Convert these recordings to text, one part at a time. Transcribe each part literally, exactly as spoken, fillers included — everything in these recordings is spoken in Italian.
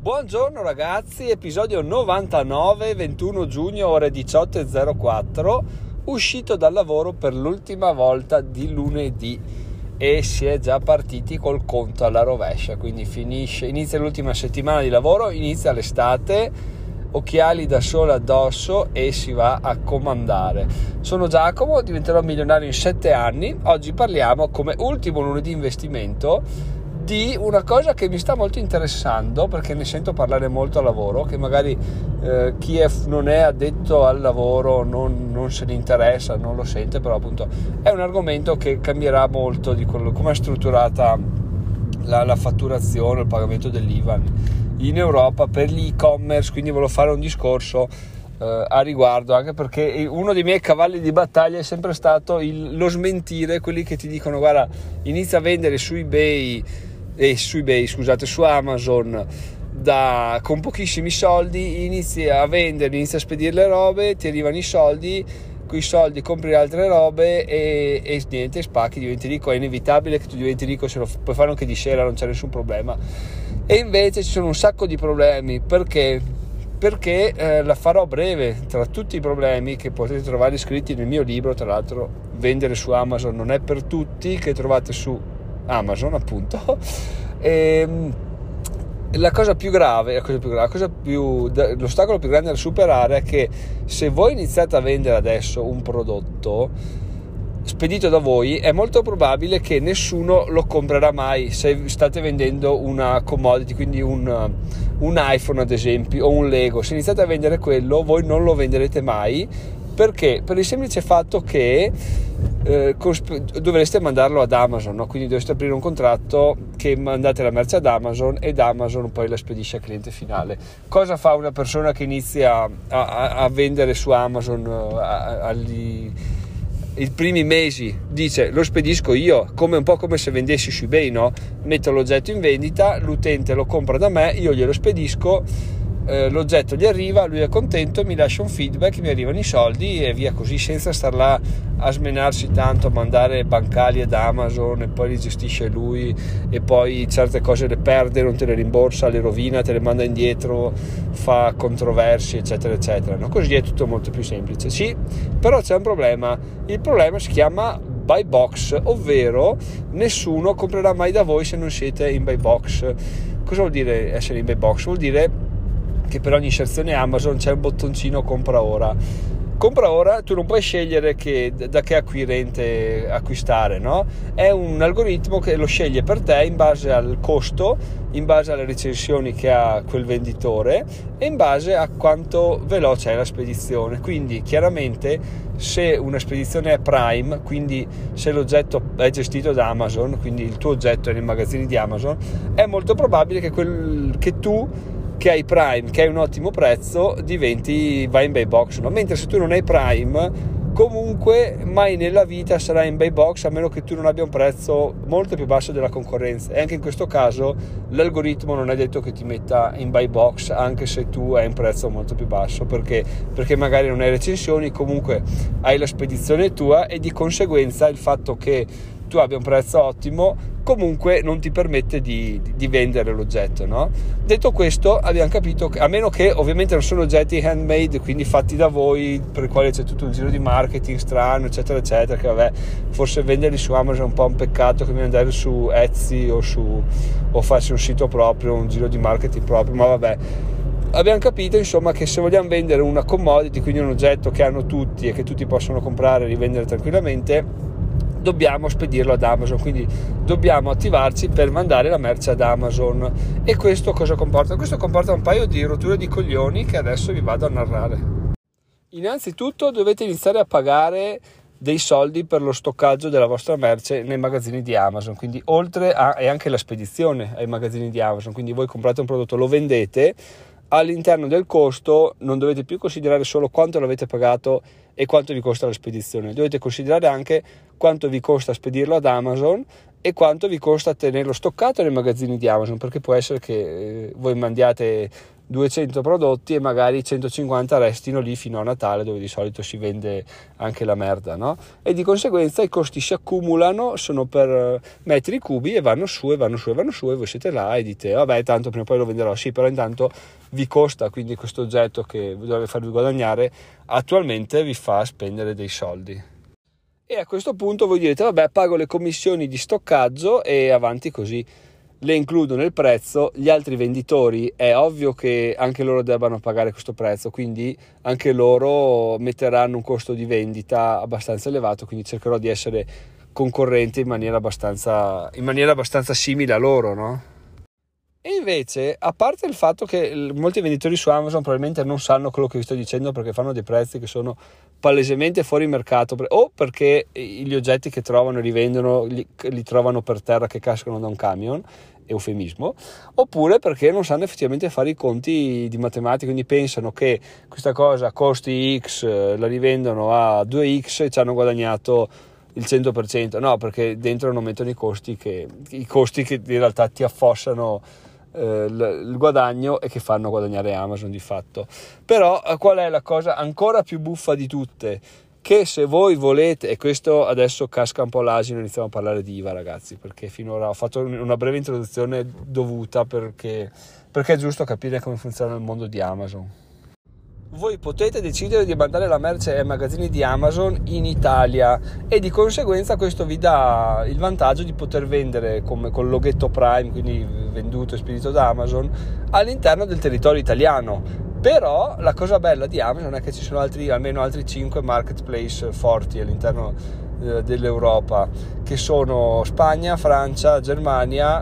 Buongiorno ragazzi, episodio novantanove, ventuno giugno, ore diciotto e zero quattro, uscito dal lavoro per l'ultima volta di lunedì e si è già partiti col conto alla rovescia, quindi finisce, inizia l'ultima settimana di lavoro, inizia l'estate, occhiali da sole addosso e si va a comandare. Sono Giacomo, diventerò milionario in sette anni. Oggi parliamo come ultimo lunedì investimento di una cosa che mi sta molto interessando, perché ne sento parlare molto al lavoro, che magari eh, chi è, non è addetto al lavoro non, non se ne interessa, non lo sente, però appunto è un argomento che cambierà molto di quello, come è strutturata la, la fatturazione, il pagamento dell'I V A N in Europa per gli e-commerce, quindi volevo fare un discorso eh, a riguardo, anche perché uno dei miei cavalli di battaglia è sempre stato il, lo smentire quelli che ti dicono guarda, inizia a vendere su eBay e eh, su eBay scusate su Amazon da, con pochissimi soldi, inizi a vendere, inizi a spedire le robe, ti arrivano i soldi, con i soldi compri altre robe e, e niente, spacchi, diventi ricco. È inevitabile che tu diventi ricco, se lo puoi fare anche di sera, non c'è nessun problema. E invece ci sono un sacco di problemi, perché perché eh, la farò breve. Tra tutti i problemi che potete trovare scritti nel mio libro, tra l'altro vendere su Amazon non è per tutti, che trovate su Amazon appunto, e la cosa più grave, la cosa più grave, la cosa più, l'ostacolo più grande da superare è che se voi iniziate a vendere adesso un prodotto spedito da voi, è molto probabile che nessuno lo comprerà mai se state vendendo una commodity, quindi un, un iPhone ad esempio o un Lego. Se iniziate a vendere quello, voi non lo venderete mai. Perché? Per il semplice fatto che eh, consp- dovreste mandarlo ad Amazon, no? Quindi dovreste aprire un contratto che mandate la merce ad Amazon ed Amazon poi la spedisce al cliente finale. Cosa fa una persona che inizia a, a, a vendere su Amazon a, a, agli, i primi mesi? Dice lo spedisco io, come un po' come se vendessi su eBay, no? Metto l'oggetto in vendita, l'utente lo compra da me, io glielo spedisco, Eh, l'oggetto gli arriva, lui è contento, mi lascia un feedback, mi arrivano i soldi e via così, senza star là a smenarsi tanto, a mandare bancali ad Amazon e poi li gestisce lui e poi certe cose le perde, non te le rimborsa, le rovina, te le manda indietro, fa controversie eccetera eccetera, no? Così è tutto molto più semplice. Sì, però c'è un problema, il problema si chiama buy box, ovvero nessuno comprerà mai da voi se non siete in buy box. Cosa vuol dire essere in buy box? Vuol dire che per ogni inserzione Amazon c'è un bottoncino compra ora. Compra ora, tu non puoi scegliere che, da che acquirente acquistare, no? È un algoritmo che lo sceglie per te in base al costo, in base alle recensioni che ha quel venditore e in base a quanto veloce è la spedizione. Quindi chiaramente se una spedizione è Prime, quindi se l'oggetto è gestito da Amazon, quindi il tuo oggetto è nei magazzini di Amazon, è molto probabile che, quel, che tu che hai Prime, che hai un ottimo prezzo, diventi, vai in buy box, no? Mentre se tu non hai Prime, comunque mai nella vita sarai in buy box, a meno che tu non abbia un prezzo molto più basso della concorrenza. E anche in questo caso l'algoritmo non è detto che ti metta in buy box anche se tu hai un prezzo molto più basso, perché perché magari non hai recensioni, comunque hai la spedizione tua e di conseguenza il fatto che tu abbia un prezzo ottimo comunque non ti permette di, di vendere l'oggetto, no? Detto questo, abbiamo capito che, a meno che ovviamente non sono oggetti handmade, quindi fatti da voi, per i quali c'è tutto un giro di marketing strano eccetera eccetera, che vabbè, forse venderli su Amazon è un po' un peccato, come andare su Etsy o su o farsi un sito proprio, un giro di marketing proprio, ma vabbè. Abbiamo capito insomma che se vogliamo vendere una commodity, quindi un oggetto che hanno tutti e che tutti possono comprare e rivendere tranquillamente, dobbiamo spedirlo ad Amazon, quindi dobbiamo attivarci per mandare la merce ad Amazon. E questo cosa comporta? Questo comporta un paio di rotture di coglioni che adesso vi vado a narrare. Innanzitutto dovete iniziare a pagare dei soldi per lo stoccaggio della vostra merce nei magazzini di Amazon, quindi oltre a e anche la spedizione ai magazzini di Amazon. Quindi voi comprate un prodotto, lo vendete, all'interno del costo non dovete più considerare solo quanto l'avete pagato e quanto vi costa la spedizione, dovete considerare anche quanto vi costa spedirlo ad Amazon e quanto vi costa tenerlo stoccato nei magazzini di Amazon, perché può essere che eh, voi mandiate duecento prodotti e magari centocinquanta restino lì fino a Natale, dove di solito si vende anche la merda, no? E di conseguenza i costi si accumulano, sono per metri cubi e vanno su e vanno su e vanno su, e voi siete là e dite vabbè, tanto prima o poi lo venderò. Sì, però intanto vi costa, quindi questo oggetto che dovrebbe farvi guadagnare attualmente vi fa spendere dei soldi. E a questo punto voi direte vabbè, pago le commissioni di stoccaggio e avanti così, le includo nel prezzo. Gli altri venditori è ovvio che anche loro debbano pagare questo prezzo, quindi anche loro metteranno un costo di vendita abbastanza elevato, quindi cercherò di essere concorrente in maniera abbastanza in maniera abbastanza simile a loro, no? E invece, a parte il fatto che molti venditori su Amazon probabilmente non sanno quello che vi sto dicendo, perché fanno dei prezzi che sono palesemente fuori mercato, o perché gli oggetti che trovano e rivendono li, li trovano per terra che cascano da un camion, eufemismo, oppure perché non sanno effettivamente fare i conti di matematica, quindi pensano che questa cosa costi X, la rivendono a due X e ci hanno guadagnato il cento per cento. No, perché dentro non mettono i costi che, i costi che in realtà ti affossano eh, il, il guadagno e che fanno guadagnare Amazon di fatto. Però qual è la cosa ancora più buffa di tutte? Che se voi volete, e questo adesso casca un po' l'asino, iniziamo a parlare di I V A, ragazzi, perché finora ho fatto una breve introduzione dovuta perché, perché è giusto capire come funziona il mondo di Amazon. Voi potete decidere di mandare la merce ai magazzini di Amazon in Italia e di conseguenza questo vi dà il vantaggio di poter vendere come col loghetto Prime, quindi venduto e spedito da Amazon, all'interno del territorio italiano. Però la cosa bella di Amazon è che ci sono altri, almeno altri cinque marketplace forti all'interno eh, dell'Europa, che sono Spagna, Francia, Germania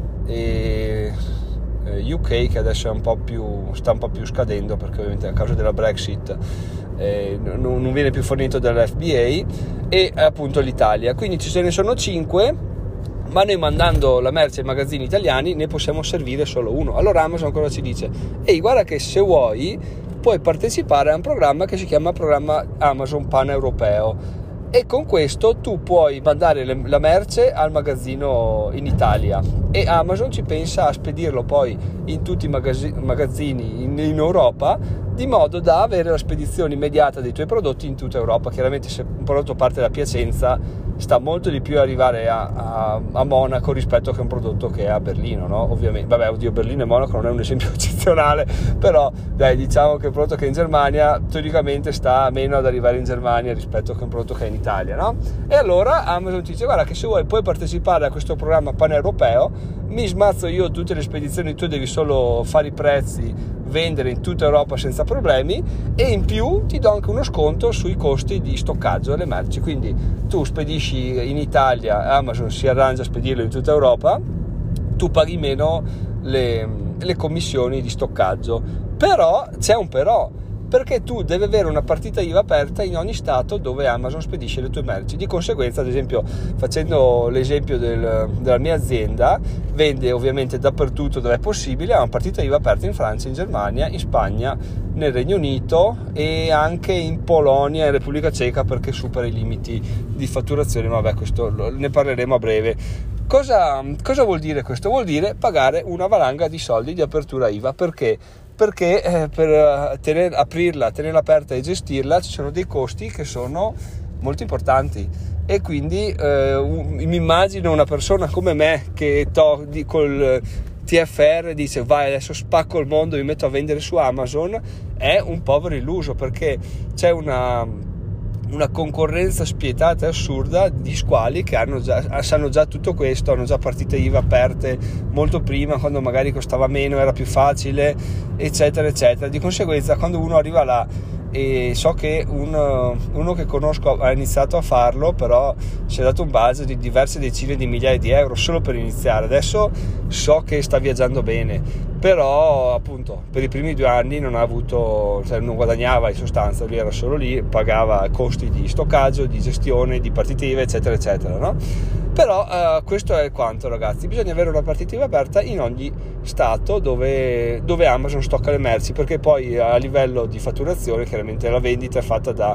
e eh, U K, che adesso è un po' più, sta un po' più scadendo perché ovviamente a causa della Brexit eh, non, non viene più fornito dall'F B A, e appunto l'Italia. Quindi ce ne sono cinque, ma noi mandando la merce ai magazzini italiani ne possiamo servire solo uno. Allora Amazon cosa ci dice? Ehi, guarda che se vuoi puoi partecipare a un programma che si chiama programma Amazon Pan-Europeo, e con questo tu puoi mandare le, la merce al magazzino in Italia e Amazon ci pensa a spedirlo poi in tutti i magazzi, magazzini in, in Europa, di modo da avere la spedizione immediata dei tuoi prodotti in tutta Europa. Chiaramente se un prodotto parte da Piacenza sta molto di più arrivare a, a, a Monaco rispetto che un prodotto che è a Berlino, no? Ovviamente, vabbè, oddio, Berlino e Monaco non è un esempio eccezionale, però dai, diciamo che il prodotto che è in Germania teoricamente sta meno ad arrivare in Germania rispetto che un prodotto che è in Italia, no? E allora Amazon ti dice guarda che se vuoi puoi partecipare a questo programma paneuropeo, mi smazzo io tutte le spedizioni, tu devi solo fare i prezzi, vendere in tutta Europa senza problemi, e in più ti do anche uno sconto sui costi di stoccaggio delle merci. Quindi tu spedisci in Italia, Amazon si arrangia a spedirlo in tutta Europa, tu paghi meno le, le commissioni di stoccaggio. Però c'è un però, perché tu devi avere una partita I V A aperta in ogni stato dove Amazon spedisce le tue merci. Di conseguenza, ad esempio, facendo l'esempio del, della mia azienda, vende ovviamente dappertutto dove è possibile, ha una partita I V A aperta in Francia, in Germania, in Spagna, nel Regno Unito e anche in Polonia e Repubblica Ceca, perché supera i limiti di fatturazione, ma vabbè, questo ne parleremo a breve. Cosa, cosa vuol dire questo? Vuol dire pagare una valanga di soldi di apertura I V A. Perché? Perché eh, per tener, aprirla, tenerla aperta e gestirla ci sono dei costi che sono molto importanti, e quindi eh, un, mi immagino una persona come me che to, di, col T F R dice vai adesso spacco il mondo, mi metto a vendere su Amazon, è un povero illuso, perché c'è una una concorrenza spietata e assurda di squali che hanno già, sanno già tutto questo, hanno già partite I V A aperte molto prima, quando magari costava meno, era più facile, eccetera eccetera. Di conseguenza quando uno arriva là, e so che uno, uno che conosco ha iniziato a farlo, però si è dato un budget di diverse decine di migliaia di euro solo per iniziare. Adesso so che sta viaggiando bene, però appunto per i primi due anni non ha avuto, cioè non guadagnava in sostanza, lui era solo lì, pagava costi di stoccaggio, di gestione, di partite I V A, eccetera eccetera, no? Però eh, questo è quanto, ragazzi. Bisogna avere una partita I V A aperta in ogni stato dove, dove Amazon stocca le merci, perché poi a livello di fatturazione chiaramente la vendita è fatta da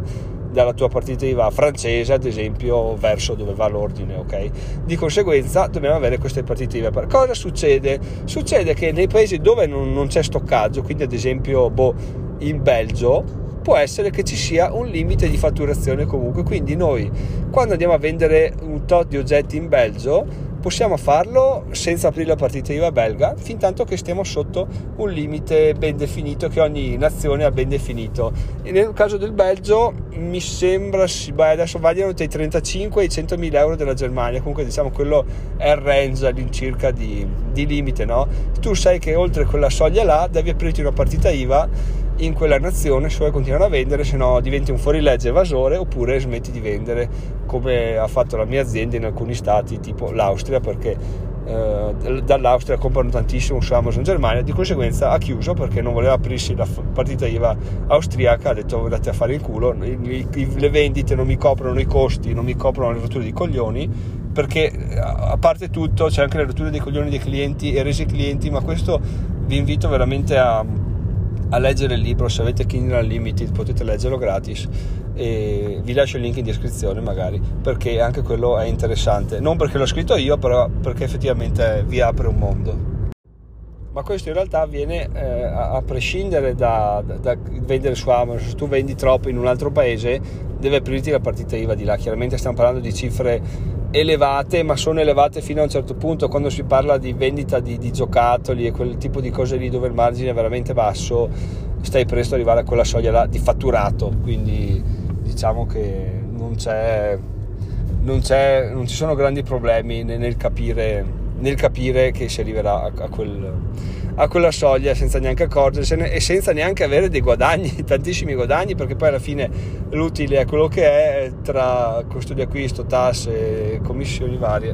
dalla tua partita I V A francese, ad esempio, verso dove va l'ordine, ok? Di conseguenza dobbiamo avere queste partite I V A. Cosa succede? Succede che nei paesi dove non, non c'è stoccaggio, quindi ad esempio boh, in Belgio, può essere che ci sia un limite di fatturazione comunque, quindi noi quando andiamo a vendere un tot di oggetti in Belgio possiamo farlo senza aprire la partita I V A belga, fin tanto che stiamo sotto un limite ben definito che ogni nazione ha ben definito. E nel caso del Belgio mi sembra, beh, adesso variano tra i trentacinque e i centomila euro della Germania, comunque diciamo quello è il range all'incirca di, di limite, no? Tu sai che oltre quella soglia là devi aprirti una partita I V A in quella nazione se vuoi continuare a vendere, se no diventi un fuorilegge evasore oppure smetti di vendere, come ha fatto la mia azienda in alcuni stati tipo l'Austria, perché eh, dall'Austria comprano tantissimo su Amazon Germania, di conseguenza ha chiuso perché non voleva aprirsi la partita I V A austriaca, ha detto andate a fare il culo, le vendite non mi coprono i costi, non mi coprono le rotture di coglioni, perché a parte tutto c'è anche le rotture dei coglioni dei clienti e resi clienti, ma questo vi invito veramente a a leggere il libro. Se avete Kindle Unlimited potete leggerlo gratis e vi lascio il link in descrizione magari, perché anche quello è interessante, non perché l'ho scritto io, però perché effettivamente vi apre un mondo. Ma questo in realtà avviene eh, a, a prescindere da, da, da vendere su Amazon. Se tu vendi troppo in un altro paese deve aprirti la partita I V A di là. Chiaramente stiamo parlando di cifre elevate, ma sono elevate fino a un certo punto. Quando si parla di vendita di, di giocattoli e quel tipo di cose lì dove il margine è veramente basso, stai presto ad arrivare a quella soglia là di fatturato, quindi diciamo che non c'è non c'è non ci sono grandi problemi nel, nel capire nel capire che si arriverà a, a, quel, a quella soglia senza neanche accorgersene e senza neanche avere dei guadagni, tantissimi guadagni, perché poi alla fine l'utile è quello che è, tra costo di acquisto, tasse e commissioni varie.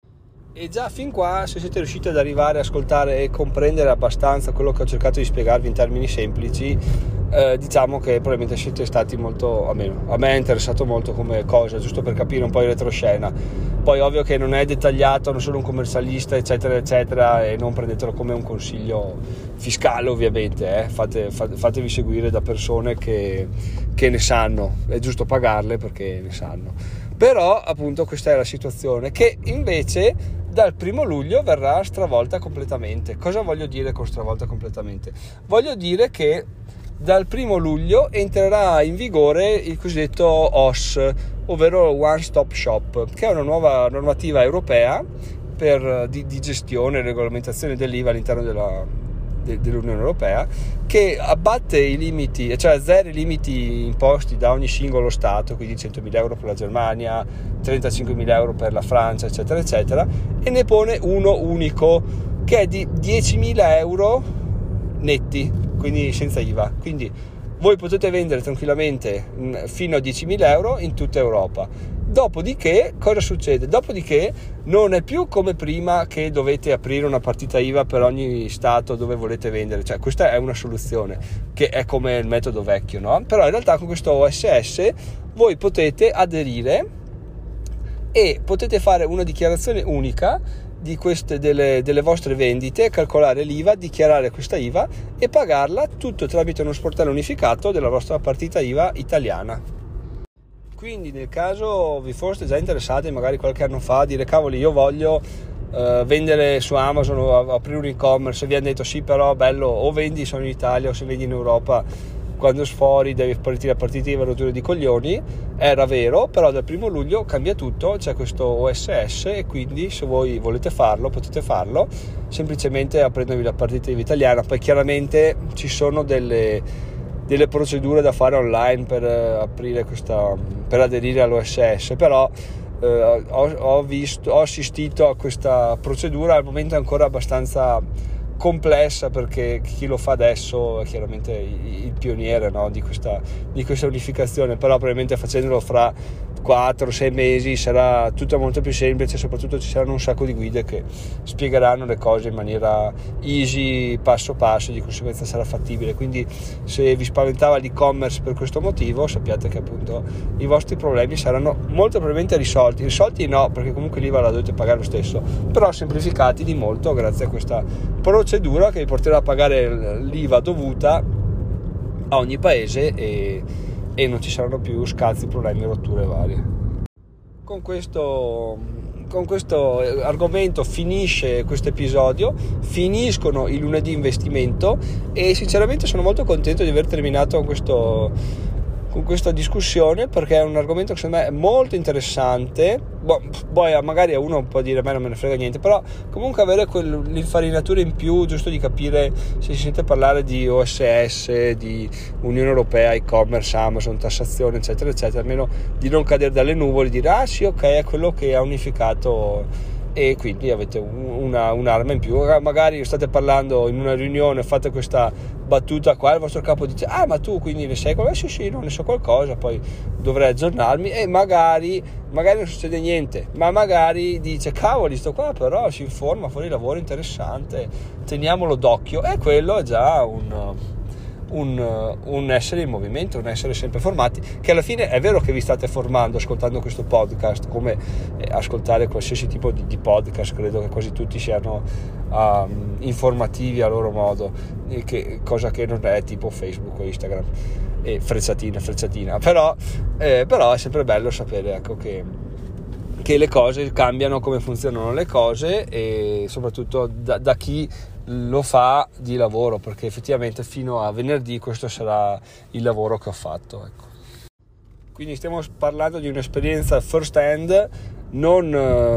E già fin qua, se siete riusciti ad arrivare a ascoltare e comprendere abbastanza quello che ho cercato di spiegarvi in termini semplici, eh, diciamo che probabilmente siete stati molto, almeno a me è interessato molto come cosa, giusto per capire un po' in retroscena. Poi ovvio che non è dettagliato, non sono un commercialista eccetera eccetera, e non prendetelo come un consiglio fiscale ovviamente, eh. Fate, fate, fatevi seguire da persone che, che ne sanno, è giusto pagarle perché ne sanno. Però appunto questa è la situazione, che invece dal primo luglio verrà stravolta completamente. Cosa voglio dire con stravolta completamente? Voglio dire che dal primo luglio entrerà in vigore il cosiddetto O S, ovvero One Stop Shop, che è una nuova normativa europea per, di, di gestione e regolamentazione dell'I V A all'interno della, de, dell'Unione Europea, che abbatte i limiti, cioè azzera i limiti imposti da ogni singolo Stato, quindi centomila euro per la Germania, trentacinquemila euro per la Francia, eccetera eccetera, e ne pone uno unico che è di diecimila euro netti, quindi senza I V A. Quindi voi potete vendere tranquillamente fino a diecimila euro in tutta Europa. Dopodiché cosa succede? Dopodiché non è più come prima che dovete aprire una partita I V A per ogni stato dove volete vendere, cioè questa è una soluzione che è come il metodo vecchio, no? Però in realtà con questo O S S voi potete aderire e potete fare una dichiarazione unica di queste delle, delle vostre vendite, calcolare l'I V A, dichiarare questa I V A e pagarla tutto tramite uno sportello unificato della vostra partita I V A italiana. Quindi nel caso vi foste già interessati magari qualche anno fa a dire cavoli io voglio uh, vendere su Amazon o aprire un e-commerce, e vi hanno detto sì però bello o vendi solo in Italia o se vendi in Europa quando sfori devi partire a partita I V A rotture di coglioni, era vero, però dal primo luglio cambia tutto, c'è questo O S S e quindi se voi volete farlo potete farlo semplicemente aprendovi la partita I V A italiana. Poi chiaramente ci sono delle, delle procedure da fare online per aprire questa, per aderire all'O S S, però eh, ho, ho visto, ho assistito a questa procedura, al momento è ancora abbastanza complessa perché chi lo fa adesso è chiaramente il pioniere, no, di questa di questa unificazione, però probabilmente facendolo fra quattro sei mesi sarà tutto molto più semplice, soprattutto ci saranno un sacco di guide che spiegheranno le cose in maniera easy, passo passo, di conseguenza sarà fattibile. Quindi se vi spaventava l'e-commerce per questo motivo, sappiate che appunto i vostri problemi saranno molto probabilmente risolti risolti no, perché comunque l'I V A la dovete pagare lo stesso, però semplificati di molto grazie a questa procedura che vi porterà a pagare l'I V A dovuta a ogni paese e e non ci saranno più scazzi, problemi, rotture varie. Con questo, con questo argomento finisce questo episodio, finiscono i lunedì investimento e sinceramente sono molto contento di aver terminato con questo con questa discussione, perché è un argomento che secondo me è molto interessante. Boh, poi magari a uno può dire a me non me ne frega niente, però comunque avere quell'infarinatura in più, giusto di capire se si sente parlare di O S S, di Unione Europea, e-commerce, Amazon, tassazione eccetera eccetera, almeno di non cadere dalle nuvole e dire ah sì ok è quello che ha unificato, e quindi avete una, un'arma in più. Magari state parlando in una riunione, fate questa battuta qua, il vostro capo dice ah ma tu quindi ne sai qualcosa? Sì sì, non ne so qualcosa, poi dovrei aggiornarmi, e magari magari non succede niente, ma magari dice cavoli sto qua però si informa, fuori lavoro interessante, teniamolo d'occhio, e quello è già un Un, un essere in movimento, un essere sempre formati, che alla fine è vero che vi state formando ascoltando questo podcast, come ascoltare qualsiasi tipo di, di podcast. Credo che quasi tutti siano um, informativi a loro modo, e che, cosa che non è tipo Facebook o Instagram e frecciatina frecciatina, però, eh, però è sempre bello sapere, ecco, che che le cose cambiano, come funzionano le cose, e soprattutto da, da chi lo fa di lavoro, perché effettivamente fino a venerdì questo sarà il lavoro che ho fatto, ecco. Quindi stiamo parlando di un'esperienza first hand, non,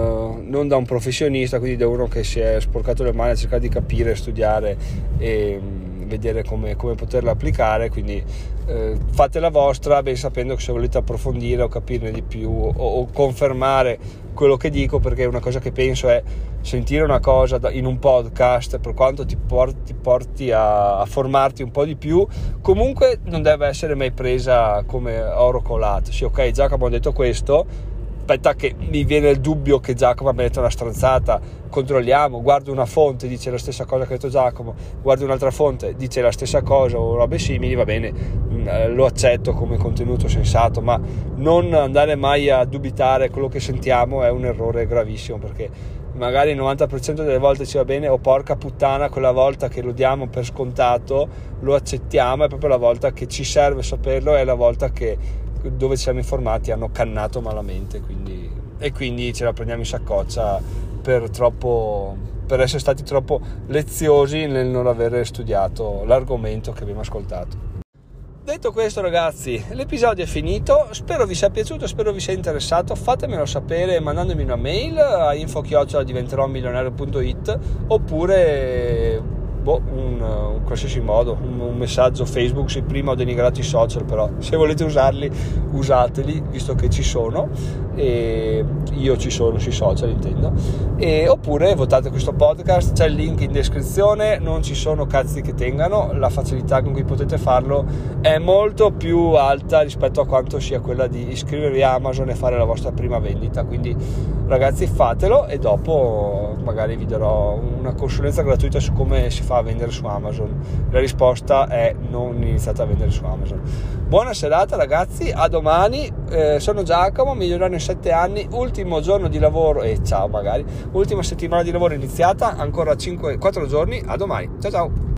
non da un professionista, quindi da uno che si è sporcato le mani a cercare di capire, studiare e vedere come, come poterla applicare. Quindi eh, fate la vostra, ben sapendo che se volete approfondire o capirne di più o, o confermare quello che dico, perché una cosa che penso è sentire una cosa in un podcast, per quanto ti porti, ti porti a, a formarti un po' di più, comunque non deve essere mai presa come oro colato. Sì, ok, Giacomo ha detto questo, aspetta che mi viene il dubbio che Giacomo abbia detto una stronzata, controlliamo, guardo una fonte, dice la stessa cosa che ha detto Giacomo, guardo un'altra fonte, dice la stessa cosa o robe simili, va bene, lo accetto come contenuto sensato, ma non andare mai a dubitare quello che sentiamo è un errore gravissimo, perché magari il novanta per cento delle volte ci va bene, o porca puttana, quella volta che lo diamo per scontato lo accettiamo, è proprio la volta che ci serve saperlo, è la volta che dove ci siamo informati hanno cannato malamente, quindi, e quindi ce la prendiamo in saccoccia per troppo, per essere stati troppo leziosi nel non aver studiato l'argomento che abbiamo ascoltato. Detto questo, ragazzi, l'episodio è finito, spero vi sia piaciuto, spero vi sia interessato. Fatemelo sapere mandandomi una mail a info chiocciola diventerò milionario punto it, oppure boh, un, un qualsiasi modo, un, un messaggio Facebook. Sì, prima ho denigrato i social, però se volete usarli usateli, visto che ci sono, e io ci sono sui social intendo, e oppure votate questo podcast, c'è il link in descrizione. Non ci sono cazzi che tengano, la facilità con cui potete farlo è molto più alta rispetto a quanto sia quella di iscrivervi a Amazon e fare la vostra prima vendita. Quindi ragazzi, fatelo, e dopo magari vi darò una consulenza gratuita su come si fa a vendere su Amazon. La risposta è non iniziate a vendere su Amazon. Buona serata ragazzi, a domani. Eh, sono Giacomo, milionario in sette anni, ultimo giorno di lavoro, e ciao magari, ultima settimana di lavoro iniziata, ancora cinque quattro giorni, a domani, ciao ciao.